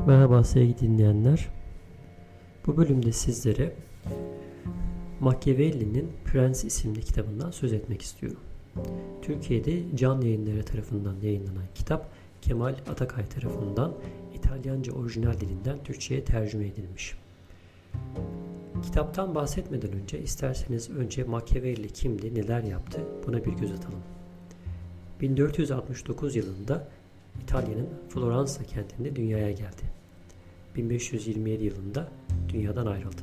Merhaba sevgili dinleyenler. Bu bölümde sizlere Machiavelli'nin Prens isimli kitabından söz etmek istiyorum. Türkiye'de Can Yayınları tarafından yayınlanan kitap Kemal Atakay tarafından İtalyanca orijinal dilinden Türkçe'ye tercüme edilmiş. Kitaptan bahsetmeden önce isterseniz önce Machiavelli kimdi, neler yaptı buna bir göz atalım. 1469 yılında İtalya'nın Floransa kentinde dünyaya geldi. 1527 yılında dünyadan ayrıldı.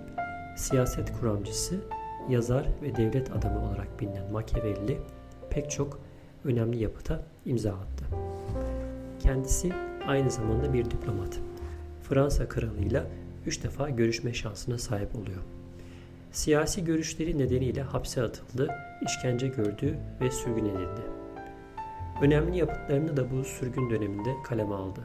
Siyaset kuramcısı, yazar ve devlet adamı olarak bilinen Machiavelli pek çok önemli yapıta imza attı. Kendisi aynı zamanda bir diplomat. Fransa kralıyla 3 defa görüşme şansına sahip oluyor. Siyasi görüşleri nedeniyle hapse atıldı, işkence gördü ve sürgün edildi. Önemli yapıtlarını da bu sürgün döneminde kaleme aldı.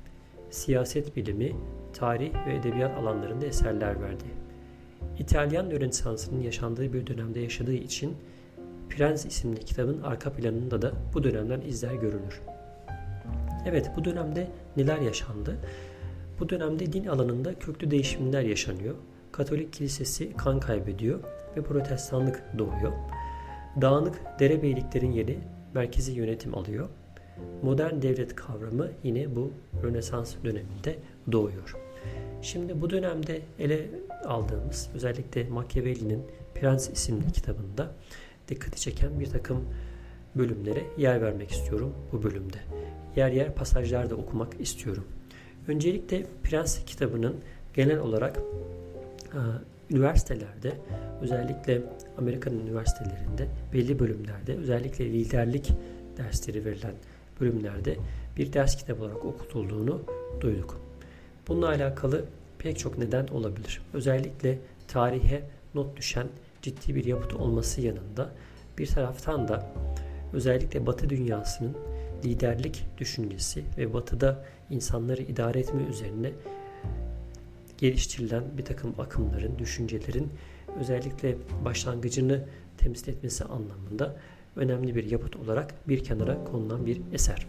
Siyaset bilimi, tarih ve edebiyat alanlarında eserler verdi. İtalyan Rönesansı'nın yaşandığı bir dönemde yaşadığı için Prens isimli kitabın arka planında da bu dönemden izler görülür. Evet, bu dönemde neler yaşandı? Bu dönemde din alanında köklü değişimler yaşanıyor. Katolik kilisesi kan kaybediyor ve protestanlık doğuyor. Dağınık derebeyliklerin yeri merkezi yönetim alıyor. Modern devlet kavramı yine bu Rönesans döneminde doğuyor. Şimdi bu dönemde ele aldığımız özellikle Machiavelli'nin Prens isimli kitabında dikkati çeken bir takım bölümlere yer vermek istiyorum bu bölümde. Yer yer pasajlar da okumak istiyorum. Öncelikle Prens kitabının genel olarak üniversitelerde, özellikle Amerikan üniversitelerinde belli bölümlerde, özellikle liderlik dersleri verilen bölümlerde bir ders kitabı olarak okutulduğunu duyduk. Bununla alakalı pek çok neden olabilir. Özellikle tarihe not düşen ciddi bir yapıt olması yanında bir taraftan da özellikle Batı dünyasının liderlik düşüncesi ve Batı'da insanları idare etme üzerine geliştirilen bir takım akımların, düşüncelerin özellikle başlangıcını temsil etmesi anlamında önemli bir yapıt olarak bir kenara konulan bir eser.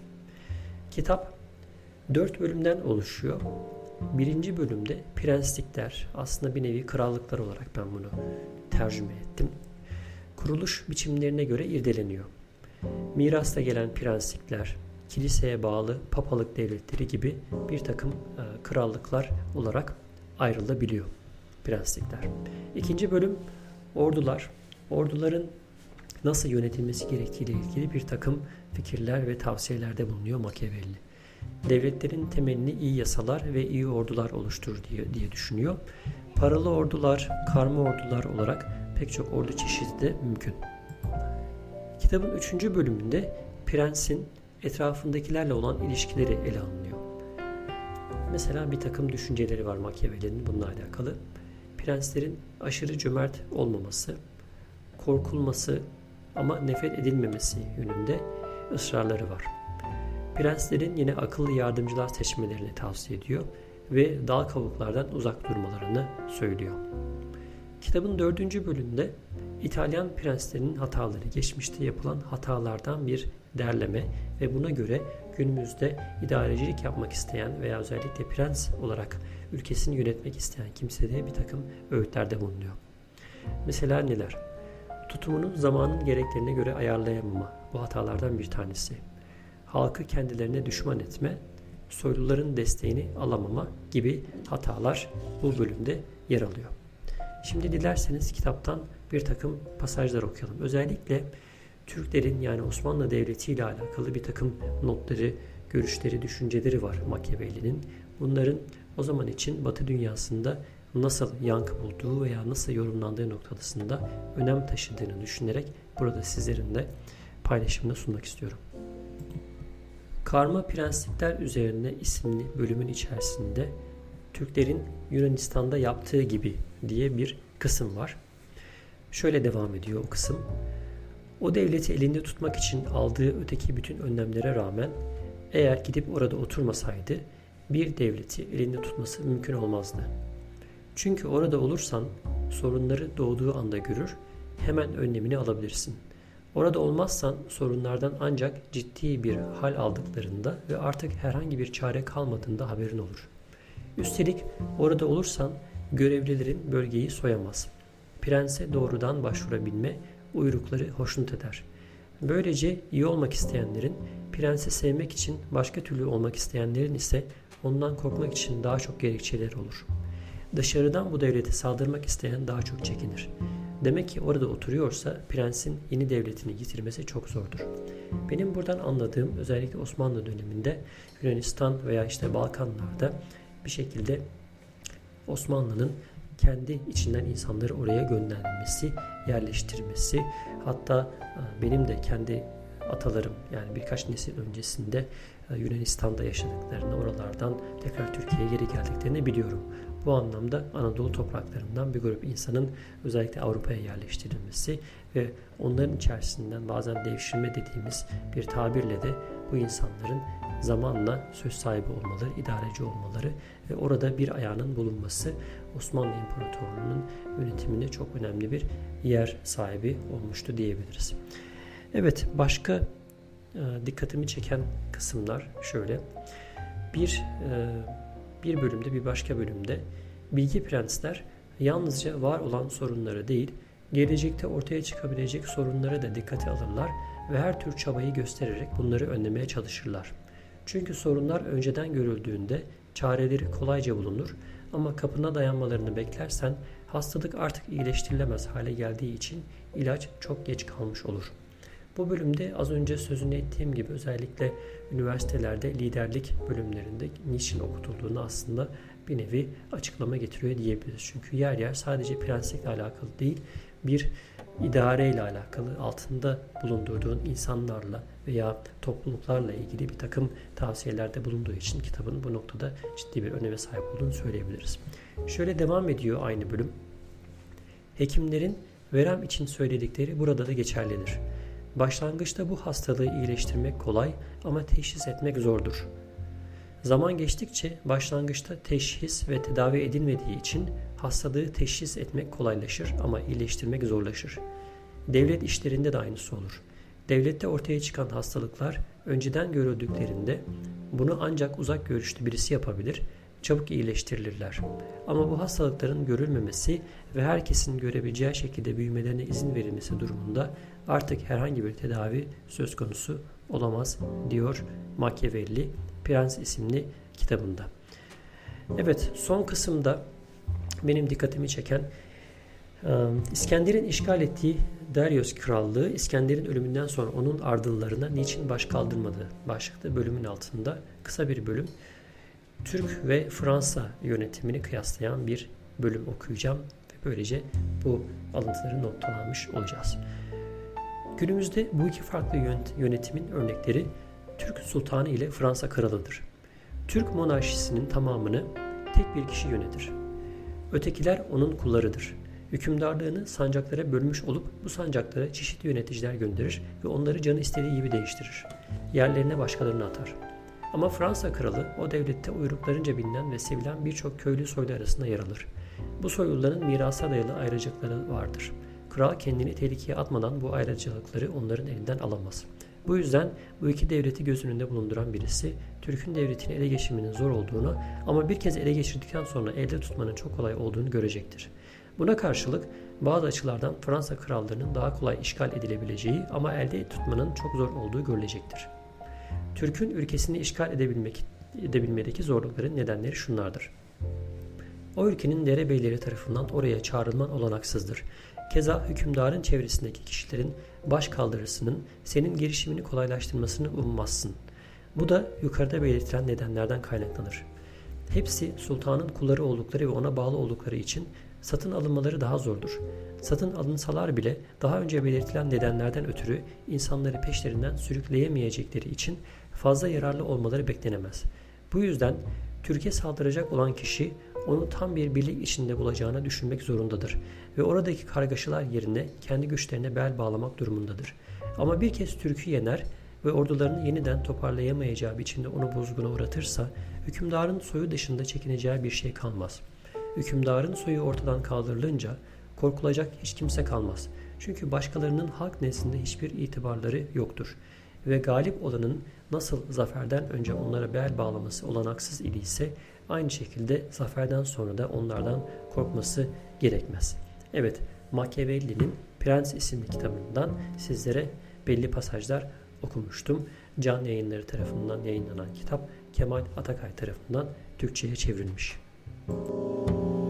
Kitap 4 bölümden oluşuyor. Birinci bölümde prenslikler, aslında bir nevi krallıklar olarak ben bunu tercüme ettim. Kuruluş biçimlerine göre irdeleniyor. Mirasla gelen prenslikler, kiliseye bağlı papalık devletleri gibi bir takım krallıklar olarak ayrılabiliyor prenslikler. İkinci bölüm ordular. Orduların nasıl yönetilmesi gerektiğiyle ilgili bir takım fikirler ve tavsiyelerde bulunuyor Machiavelli. Devletlerin temelini iyi yasalar ve iyi ordular oluşturur diye düşünüyor. Paralı ordular, karma ordular olarak pek çok ordu çeşidi de mümkün. Kitabın 3. bölümünde prensin etrafındakilerle olan ilişkileri ele alınıyor. Mesela bir takım düşünceleri var Machiavelli'nin bununla alakalı. Prenslerin aşırı cömert olmaması, korkulması ama nefret edilmemesi yönünde ısrarları var. Prenslerin yine akıllı yardımcılar seçmelerini tavsiye ediyor ve dal kavuklardan uzak durmalarını söylüyor. Kitabın 4. bölümünde İtalyan prenslerinin hataları, geçmişte yapılan hatalardan bir derleme ve buna göre günümüzde idarecilik yapmak isteyen veya özellikle prens olarak ülkesini yönetmek isteyen kimseye bir takım öğütlerde bulunuyor. Mesela neler? Tutumunu zamanın gereklerine göre ayarlayamama bu hatalardan bir tanesi. Halkı kendilerine düşman etme, soyluların desteğini alamama gibi hatalar bu bölümde yer alıyor. Şimdi dilerseniz kitaptan bir takım pasajlar okuyalım. Özellikle Türklerin yani Osmanlı Devleti ile alakalı bir takım notları, görüşleri, düşünceleri var Machiavelli'nin. Bunların o zaman için Batı dünyasında nasıl yankı bulduğu veya nasıl yorumlandığı noktasında önem taşıdığını düşünerek burada sizlerin de paylaşımını sunmak istiyorum. Karma Prenslikler Üzerine isimli bölümün içerisinde Türklerin Yunanistan'da yaptığı gibi diye bir kısım var. Şöyle devam ediyor o kısım. O devleti elinde tutmak için aldığı öteki bütün önlemlere rağmen eğer gidip orada oturmasaydı bir devleti elinde tutması mümkün olmazdı. Çünkü orada olursan sorunları doğduğu anda görür, hemen önlemini alabilirsin. Orada olmazsan sorunlardan ancak ciddi bir hal aldıklarında ve artık herhangi bir çare kalmadığında haberin olur. Üstelik orada olursan görevlilerin bölgeyi soyamaz. Prense doğrudan başvurabilme uyrukları hoşnut eder. Böylece iyi olmak isteyenlerin, prensi sevmek için başka türlü olmak isteyenlerin ise ondan korkmak için daha çok gerekçeleri olur. Dışarıdan bu devlete saldırmak isteyen daha çok çekinir. Demek ki orada oturuyorsa prensin yeni devletini yitirmesi çok zordur. Benim buradan anladığım özellikle Osmanlı döneminde Yunanistan veya işte Balkanlarda bir şekilde Osmanlı'nın kendi içinden insanları oraya göndermesi, yerleştirmesi, hatta benim de kendi atalarım yani birkaç nesil öncesinde Yunanistan'da yaşadıklarını, oralardan tekrar Türkiye'ye geri geldiklerini biliyorum. Bu anlamda Anadolu topraklarından bir grup insanın özellikle Avrupa'ya yerleştirilmesi ve onların içerisinden bazen devşirme dediğimiz bir tabirle de bu insanların zamanla söz sahibi olmaları, idareci olmaları ve orada bir ayağının bulunması Osmanlı İmparatorluğu'nun yönetiminde çok önemli bir yer sahibi olmuştu diyebiliriz. Evet, başka dikkatimi çeken kısımlar şöyle. Bir bölümde, bir başka bölümde bilge prensler yalnızca var olan sorunları değil, gelecekte ortaya çıkabilecek sorunları da dikkate alırlar ve her tür çabayı göstererek bunları önlemeye çalışırlar. Çünkü sorunlar önceden görüldüğünde çareleri kolayca bulunur ama kapına dayanmalarını beklersen hastalık artık iyileştirilemez hale geldiği için ilaç çok geç kalmış olur. Bu bölümde az önce sözünü ettiğim gibi özellikle üniversitelerde liderlik bölümlerinde niçin okutulduğunu aslında bir nevi açıklama getiriyor diyebiliriz. Çünkü yer yer sadece prenslikle alakalı değil, bir idareyle alakalı, altında bulundurduğun insanlarla veya topluluklarla ilgili bir takım tavsiyelerde bulunduğu için kitabın bu noktada ciddi bir öneme sahip olduğunu söyleyebiliriz. Şöyle devam ediyor aynı bölüm. Hekimlerin verem için söyledikleri burada da geçerlidir. Başlangıçta bu hastalığı iyileştirmek kolay ama teşhis etmek zordur. Zaman geçtikçe başlangıçta teşhis ve tedavi edilmediği için hastalığı teşhis etmek kolaylaşır ama iyileştirmek zorlaşır. Devlet işlerinde de aynısı olur. Devlette ortaya çıkan hastalıklar önceden görüldüklerinde bunu ancak uzak görüşlü birisi yapabilir, çabuk iyileştirilirler. Ama bu hastalıkların görülmemesi ve herkesin görebileceği şekilde büyümelerine izin verilmesi durumunda artık herhangi bir tedavi söz konusu olamaz diyor Machiavelli Prens isimli kitabında. Evet, son kısımda benim dikkatimi çeken İskender'in işgal ettiği Darius Krallığı İskender'in ölümünden sonra onun ardıllarına niçin baş kaldırmadığı başlıklı bölümün altında kısa bir bölüm. Türk ve Fransa yönetimini kıyaslayan bir bölüm okuyacağım ve böylece bu alıntıları noktalanmış olacağız. Günümüzde bu iki farklı yönetimin örnekleri Türk Sultanı ile Fransa Kralı'dır. Türk monarşisinin tamamını tek bir kişi yönetir. Ötekiler onun kullarıdır. Hükümdarlığını sancaklara bölmüş olup bu sancaklara çeşitli yöneticiler gönderir ve onları canı istediği gibi değiştirir. Yerlerine başkalarını atar. Ama Fransa kralı o devlette uyruklarınca bilinen ve sevilen birçok köylü soylu arasında yer alır. Bu soyluların mirasa dayalı ayrıcalıkları vardır. Kral kendini tehlikeye atmadan bu ayrıcalıkları onların elinden alamaz. Bu yüzden bu iki devleti göz önünde bulunduran birisi Türk'ün devletini ele geçirmenin zor olduğunu ama bir kez ele geçirdikten sonra elde tutmanın çok kolay olduğunu görecektir. Buna karşılık bazı açılardan Fransa krallarının daha kolay işgal edilebileceği ama elde tutmanın çok zor olduğu görülecektir. Türk'ün ülkesini işgal edebilmedeki zorlukların nedenleri şunlardır. O ülkenin derebeyleri tarafından oraya çağrılman olanaksızdır. Keza hükümdarın çevresindeki kişilerin baş kaldırısının senin girişimini kolaylaştırmasını ummazsın. Bu da yukarıda belirtilen nedenlerden kaynaklanır. Hepsi sultanın kulları oldukları ve ona bağlı oldukları için satın alınmaları daha zordur. Satın alınsalar bile daha önce belirtilen nedenlerden ötürü insanları peşlerinden sürükleyemeyecekleri için fazla yararlı olmaları beklenemez. Bu yüzden Türkiye saldıracak olan kişi onu tam bir birlik içinde bulacağını düşünmek zorundadır ve oradaki kargaşalar yerine kendi güçlerine bel bağlamak durumundadır. Ama bir kez Türk'ü yener ve ordularını yeniden toparlayamayacağı biçimde onu bozguna uğratırsa hükümdarın soyu dışında çekineceği bir şey kalmaz. Hükümdarın soyu ortadan kaldırılınca korkulacak hiç kimse kalmaz. Çünkü başkalarının halk nezdinde hiçbir itibarları yoktur. Ve galip olanın nasıl zaferden önce onlara bel bağlaması olanaksız idiyse Aynı şekilde zaferden sonra da onlardan korkması gerekmez. Evet, Machiavelli'nin Prens isimli kitabından sizlere belli pasajlar okumuştum. Can Yayınları tarafından yayınlanan kitap Kemal Atakay tarafından Türkçe'ye çevrilmiş.